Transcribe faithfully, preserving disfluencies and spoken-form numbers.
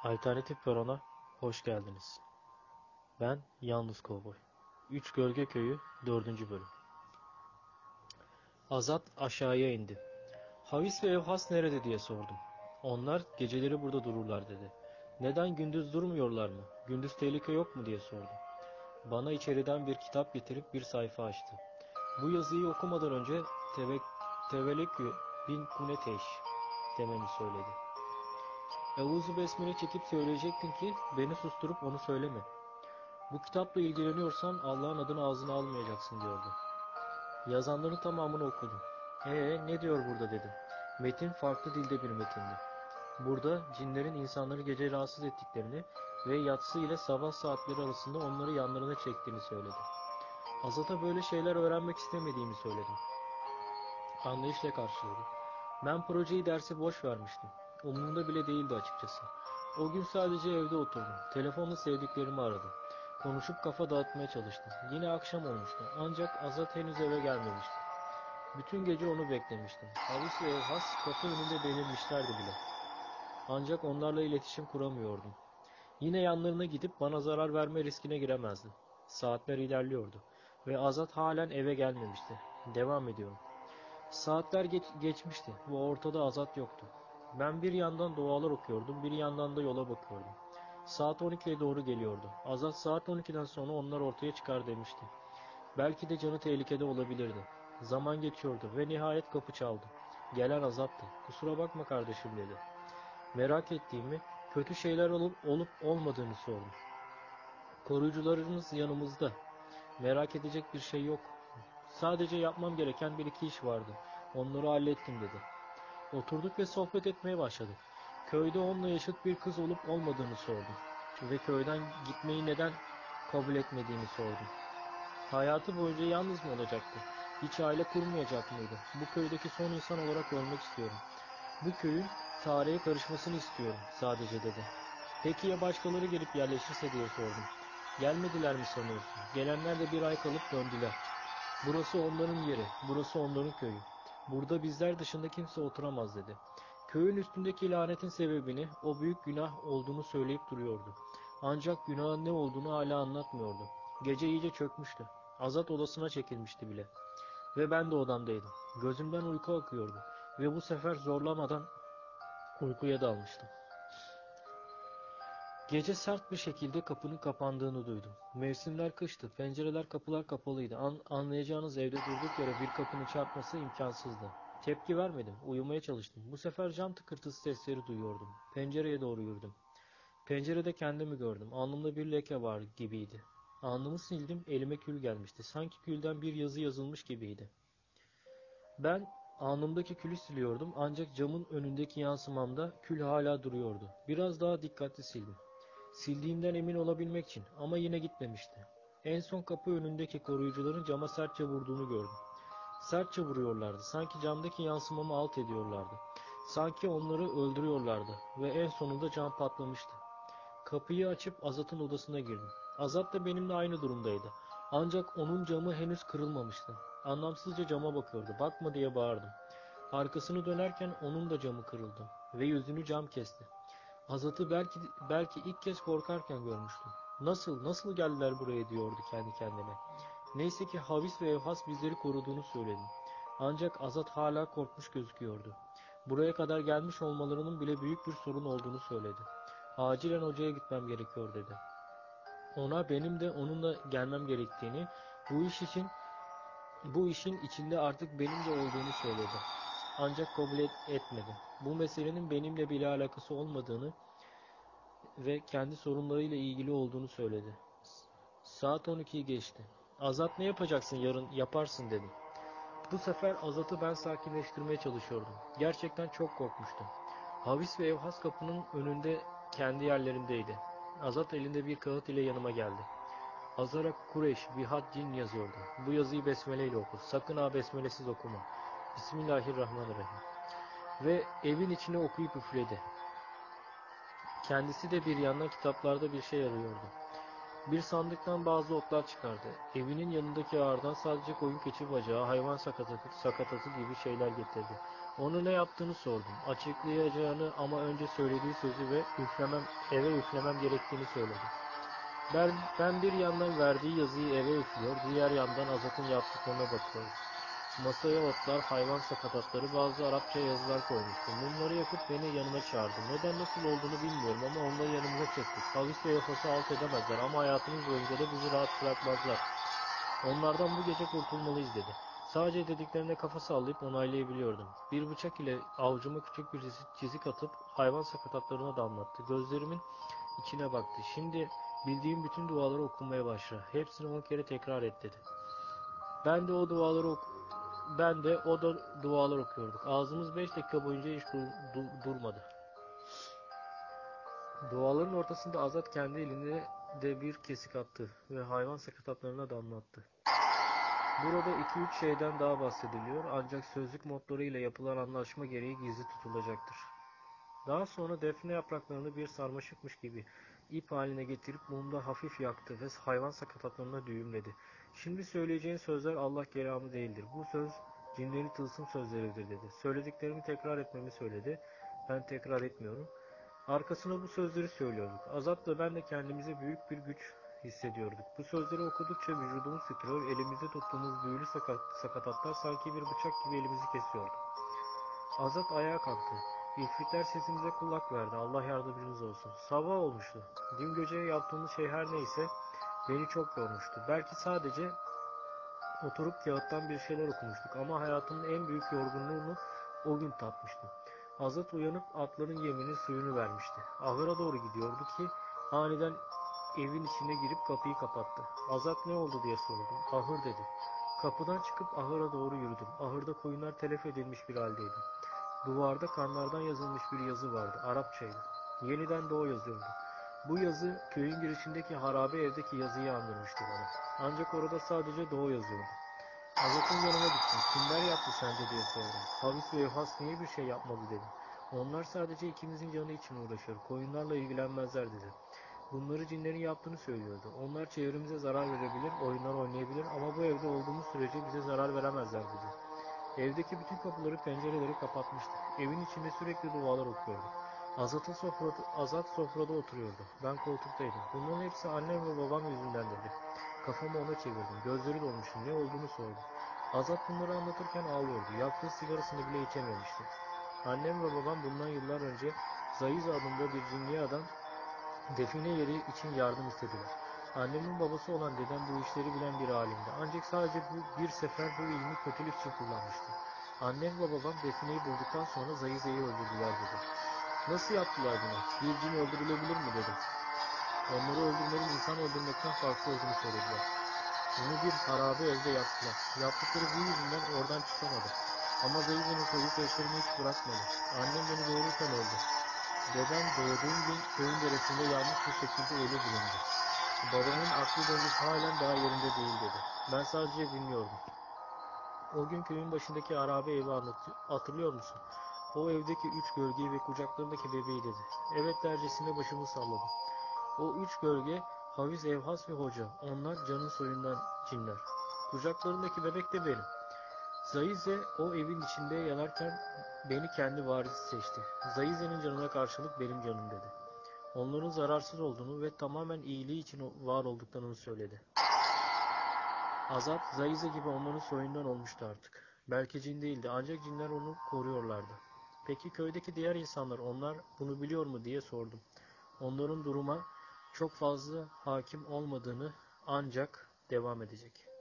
Alternatif Perona hoş geldiniz. Ben Yalnız Kovboy. Üç Gölge Köyü dördüncü bölüm. Azat aşağıya indi. Havis ve Evhas nerede diye sordum. Onlar geceleri burada dururlar dedi. Neden gündüz durmuyorlar mı? Gündüz tehlike yok mu diye sordum. Bana içeriden bir kitap getirip bir sayfa açtı. Bu yazıyı okumadan önce teve, Tevelekü bin Kuneteş dememi söyledi. Evuzu Besmele çekip söyleyecektin ki beni susturup onu söyleme. Bu kitapla ilgileniyorsan Allah'ın adını ağzına almayacaksın diyordu. Yazanların tamamını okudum. Ee ne diyor burada dedim. Metin farklı dilde bir metindi. Burada cinlerin insanları gece rahatsız ettiklerini ve yatsı ile sabah saatleri arasında onları yanlarına çektiğini söyledi. Azat'a böyle şeyler öğrenmek istemediğimi söyledim. Anlayışla karşıladı. Ben projeyi derse boş vermiştim. Umurumda bile değildi açıkçası. O gün sadece evde oturdum. Telefonla sevdiklerimi aradım. Konuşup kafa dağıtmaya çalıştım. Yine akşam olmuştu. Ancak Azat henüz eve gelmemişti. Bütün gece onu beklemiştim. Halis ve Evhas kapı önünde belirmişlerdi bile. Ancak onlarla iletişim kuramıyordum. Yine yanlarına gidip bana zarar verme riskine giremezdim. Saatler ilerliyordu. Ve Azat halen eve gelmemişti. Devam ediyorum. Saatler geç, geçmişti ve ortada Azat yoktu. Ben bir yandan dualar okuyordum, bir yandan da yola bakıyordum. Saat on ikiye doğru geliyordu. Azat saat on ikiden sonra onlar ortaya çıkar demişti. Belki de canı tehlikede olabilirdi. Zaman geçiyordu ve nihayet kapı çaldı. Gelen Azat'tı. Kusura bakma kardeşim dedi. Merak ettiğimi, kötü şeyler olup olup olmadığını sordum. Koruyucularımız yanımızda. Merak edecek bir şey yok. Sadece yapmam gereken bir iki iş vardı. Onları hallettim dedi. Oturduk ve sohbet etmeye başladık. Köyde onunla yaşıt bir kız olup olmadığını sordum. Ve köyden gitmeyi neden kabul etmediğini sordum. Hayatı boyunca yalnız mı olacaktı? Hiç aile kurmayacak mıydı? Bu köydeki son insan olarak ölmek istiyorum. Bu köyün tarihe karışmasını istiyorum sadece dedi. Peki ya başkaları gelip yerleşirse diye sordum. Gelmediler mi sanıyorsun? Gelenler de bir ay kalıp döndüler. Burası onların yeri, burası onların köyü. Burada bizler dışında kimse oturamaz dedi. Köyün üstündeki lanetin sebebini, o büyük günah olduğunu söyleyip duruyordu. Ancak günahın ne olduğunu hala anlatmıyordu. Gece iyice çökmüştü. Azat odasına çekilmişti bile. Ve ben de odamdaydım. Gözümden uyku akıyordu. Ve bu sefer zorlamadan uykuya dalmıştım. Gece sert bir şekilde kapının kapandığını duydum. Mevsimler kıştı. Pencereler, kapılar kapalıydı. An anlayacağınız evde durduk yere bir kapının çarpması imkansızdı. Tepki vermedim. Uyumaya çalıştım. Bu sefer cam tıkırtısı sesleri duyuyordum. Pencereye doğru yürüdüm. Pencerede kendimi gördüm. Alnımda bir leke var gibiydi. Alnımı sildim. Elime kül gelmişti. Sanki külden bir yazı yazılmış gibiydi. Ben alnımdaki külü siliyordum. Ancak camın önündeki yansımamda kül hala duruyordu. Biraz daha dikkatli sildim. Sildiğimden emin olabilmek için ama yine gitmemişti. En son kapı önündeki koruyucuların cama sertçe vurduğunu gördüm. Sertçe vuruyorlardı. Sanki camdaki yansımamı alt ediyorlardı. Sanki onları öldürüyorlardı ve en sonunda cam patlamıştı. Kapıyı açıp Azat'ın odasına girdim. Azat da benimle aynı durumdaydı. Ancak onun camı henüz kırılmamıştı. Anlamsızca cama bakıyordu. Bakma diye bağırdım. Arkasını dönerken onun da camı kırıldı ve yüzünü cam kesti. Azat'ı belki belki ilk kez korkarken görmüştüm. Nasıl, nasıl geldiler buraya diyordu kendi kendine. Neyse ki Havis ve Evhas bizleri koruduğunu söyledim. Ancak Azat hala korkmuş gözüküyordu. Buraya kadar gelmiş olmalarının bile büyük bir sorun olduğunu söyledi. Acilen hocaya gitmem gerekiyor dedi. Ona benim de onunla gelmem gerektiğini, bu iş için bu işin içinde artık benim de olduğunu söyledi. Ancak kabul et, etmedi. Bu meselenin benimle bile alakası olmadığını ve kendi sorunlarıyla ilgili olduğunu söyledi. Saat on ikiyi geçti. Azat ne yapacaksın yarın yaparsın dedim. Bu sefer Azat'ı ben sakinleştirmeye çalışıyordum. Gerçekten çok korkmuştum. Havis ve Evhas kapının önünde kendi yerlerindeydi. Azat elinde bir kağıt ile yanıma geldi. Azara Kureş Bihat Cin yazıyordu. Bu yazıyı besmele ile oku. Sakın ha besmelesiz okuma. Bismillahirrahmanirrahim. Ve evin içine okuyup üfledi. Kendisi de bir yandan kitaplarda bir şey arıyordu. Bir sandıktan bazı otlar çıkardı. Evinin yanındaki ağırdan sadece koyun keçi bacağı, hayvan sakatatı, sakatatı gibi şeyler getirdi. Onu ne yaptığını sordum. Açıklayacağını ama önce söylediği sözü ve üflemem, eve üflemem gerektiğini söyledi. Ben, ben bir yandan verdiği yazıyı eve üflüyor, diğer yandan Azat'ın yaptıklarına bakıyorum. Masaya otlar, hayvan sakatatları, bazı Arapça yazılar koymuştum. Mumları yakıp beni yanına çağırdı. Neden nasıl olduğunu bilmiyorum ama onları yanımıza çektik. Havis ve yafası alt edemezler ama hayatımız boyunca da bizi rahat bırakmazlar. Onlardan bu gece kurtulmalıyız dedi. Sadece dediklerine kafa sallayıp onaylayabiliyordum. Bir bıçak ile avucuma küçük bir çizik atıp hayvan sakatatlarına damlattı. Gözlerimin içine baktı. Şimdi bildiğim bütün duaları okumaya başla. Hepsini on kere tekrar et dedi. Ben de o duaları ok ben de o da dualar okuyorduk. Ağzımız beş dakika boyunca hiç dur dur durmadı. Duaların ortasında Azat kendi eline de bir kesik attı ve hayvan sakatatlarına damlattı. Burada iki üç şeyden daha bahsediliyor ancak sözlük modları ile yapılan anlaşma gereği gizli tutulacaktır. Daha sonra defne yapraklarını bir sarmaşıkmış gibi ip haline getirip mumda hafif yaktı ve hayvan sakatatlarına düğümledi. Şimdi söyleyeceğin sözler Allah kelamı değildir. Bu söz cinlerin tılsım sözleridir dedi. Söylediklerimi tekrar etmemi söyledi. Ben tekrar etmiyorum. Arkasına bu sözleri söylüyorduk. Azat'la ben de kendimize büyük bir güç hissediyorduk. Bu sözleri okudukça vücudumuz titriyor, elimizde tuttuğumuz büyülü sakat, sakatatlar sanki bir bıçak gibi elimizi kesiyordu. Azat ayağa kalktı. İfritler sesimize kulak verdi. Allah yardımcımız olsun. Sabah olmuştu. Dün gece yaptığımız şey her neyse beni çok yormuştu. Belki sadece oturup kağıttan bir şeyler okumuştuk ama hayatımın en büyük yorgunluğunu o gün tatmıştım. Azat uyanıp atların yemini suyunu vermişti. Ahıra doğru gidiyordu ki aniden evin içine girip kapıyı kapattı. Azat ne oldu diye sordum. Ahır dedi. Kapıdan çıkıp ahıra doğru yürüdüm. Ahırda koyunlar telef edilmiş bir haldeydi. Duvarda kanlardan yazılmış bir yazı vardı. Arapçaydı. Yeniden Doğu yazıyordu. Bu yazı köyün girişindeki harabe evdeki yazıyı andırmıştı bana. Ancak orada sadece Doğu yazıyordu. Azat'ın yanına gittim. Kimler yaptı sence diye sordum. Havis ve Yuhas niye bir şey yapmadı dedi. Onlar sadece ikimizin canı için uğraşır. Koyunlarla ilgilenmezler dedi. Bunları cinlerin yaptığını söylüyordu. Onlar çevremize zarar verebilir, oyunlar oynayabilir ama bu evde olduğumuz sürece bize zarar veremezler dedi. Evdeki bütün kapıları, pencereleri kapatmıştık. Evin içinde sürekli dualar okuyorduk. Azat'ın sofrada, Azat sofrada oturuyordu. Ben koltuktaydım. Bunların hepsi annem ve babam yüzünden dedi. Kafamı ona çevirdim. Gözleri dolmuştu. Ne olduğunu sordum. Azat bunları anlatırken ağlıyordu. Yaktığı sigarasını bile içememişti. Annem ve babam bundan yıllar önce Zayiz adında bir cinli adam define yeri için yardım istediler. Annemin babası olan dedem bu işleri bilen bir alimdi. Ancak sadece bu bir sefer bu ilmi kötülük için kullanmıştı. Annem ve babam defineyi bulduktan sonra Zayize'yi öldürdüler dedi. Nasıl yaptılar bunu? Bir cin öldürülebilir mi dedim. Onları öldürmenin insan öldürmekten farklı olduğunu söylediler. Onu bir harabe evde yaptılar. Yaptıkları bu yüzünden oradan çıkamadı. Ama Zayize'nin soyu seslerini hiç bırakmadı. Annem beni doğururken öldü. Dedem doğduğum gün köyün deresinde yanlış bir şekilde ölü bulundu. Babamın aklı dengesi halen daha yerinde değil dedi. Ben sadece dinliyordum. O gün köyün başındaki harabe evi anlatıyor. Hatırlıyor musun? O evdeki üç gölgeyi ve kucaklarındaki bebeği dedi. Evet dercesine başımı salladım. O üç gölge Haviz, Evhas ve Hoca. Onlar canın soyundan cinler. Kucaklarındaki bebek de benim. Zayize o evin içinde yanarken beni kendi varisi seçti. Zayize'nin canına karşılık benim canım dedi. Onların zararsız olduğunu ve tamamen iyiliği için var olduklarını söyledi. Azat, Zayize gibi onların soyundan olmuştu artık. Belki cin değildi ancak cinler onu koruyorlardı. Peki köydeki diğer insanlar onlar bunu biliyor mu diye sordum. Onların duruma çok fazla hakim olmadığını ancak devam edecek.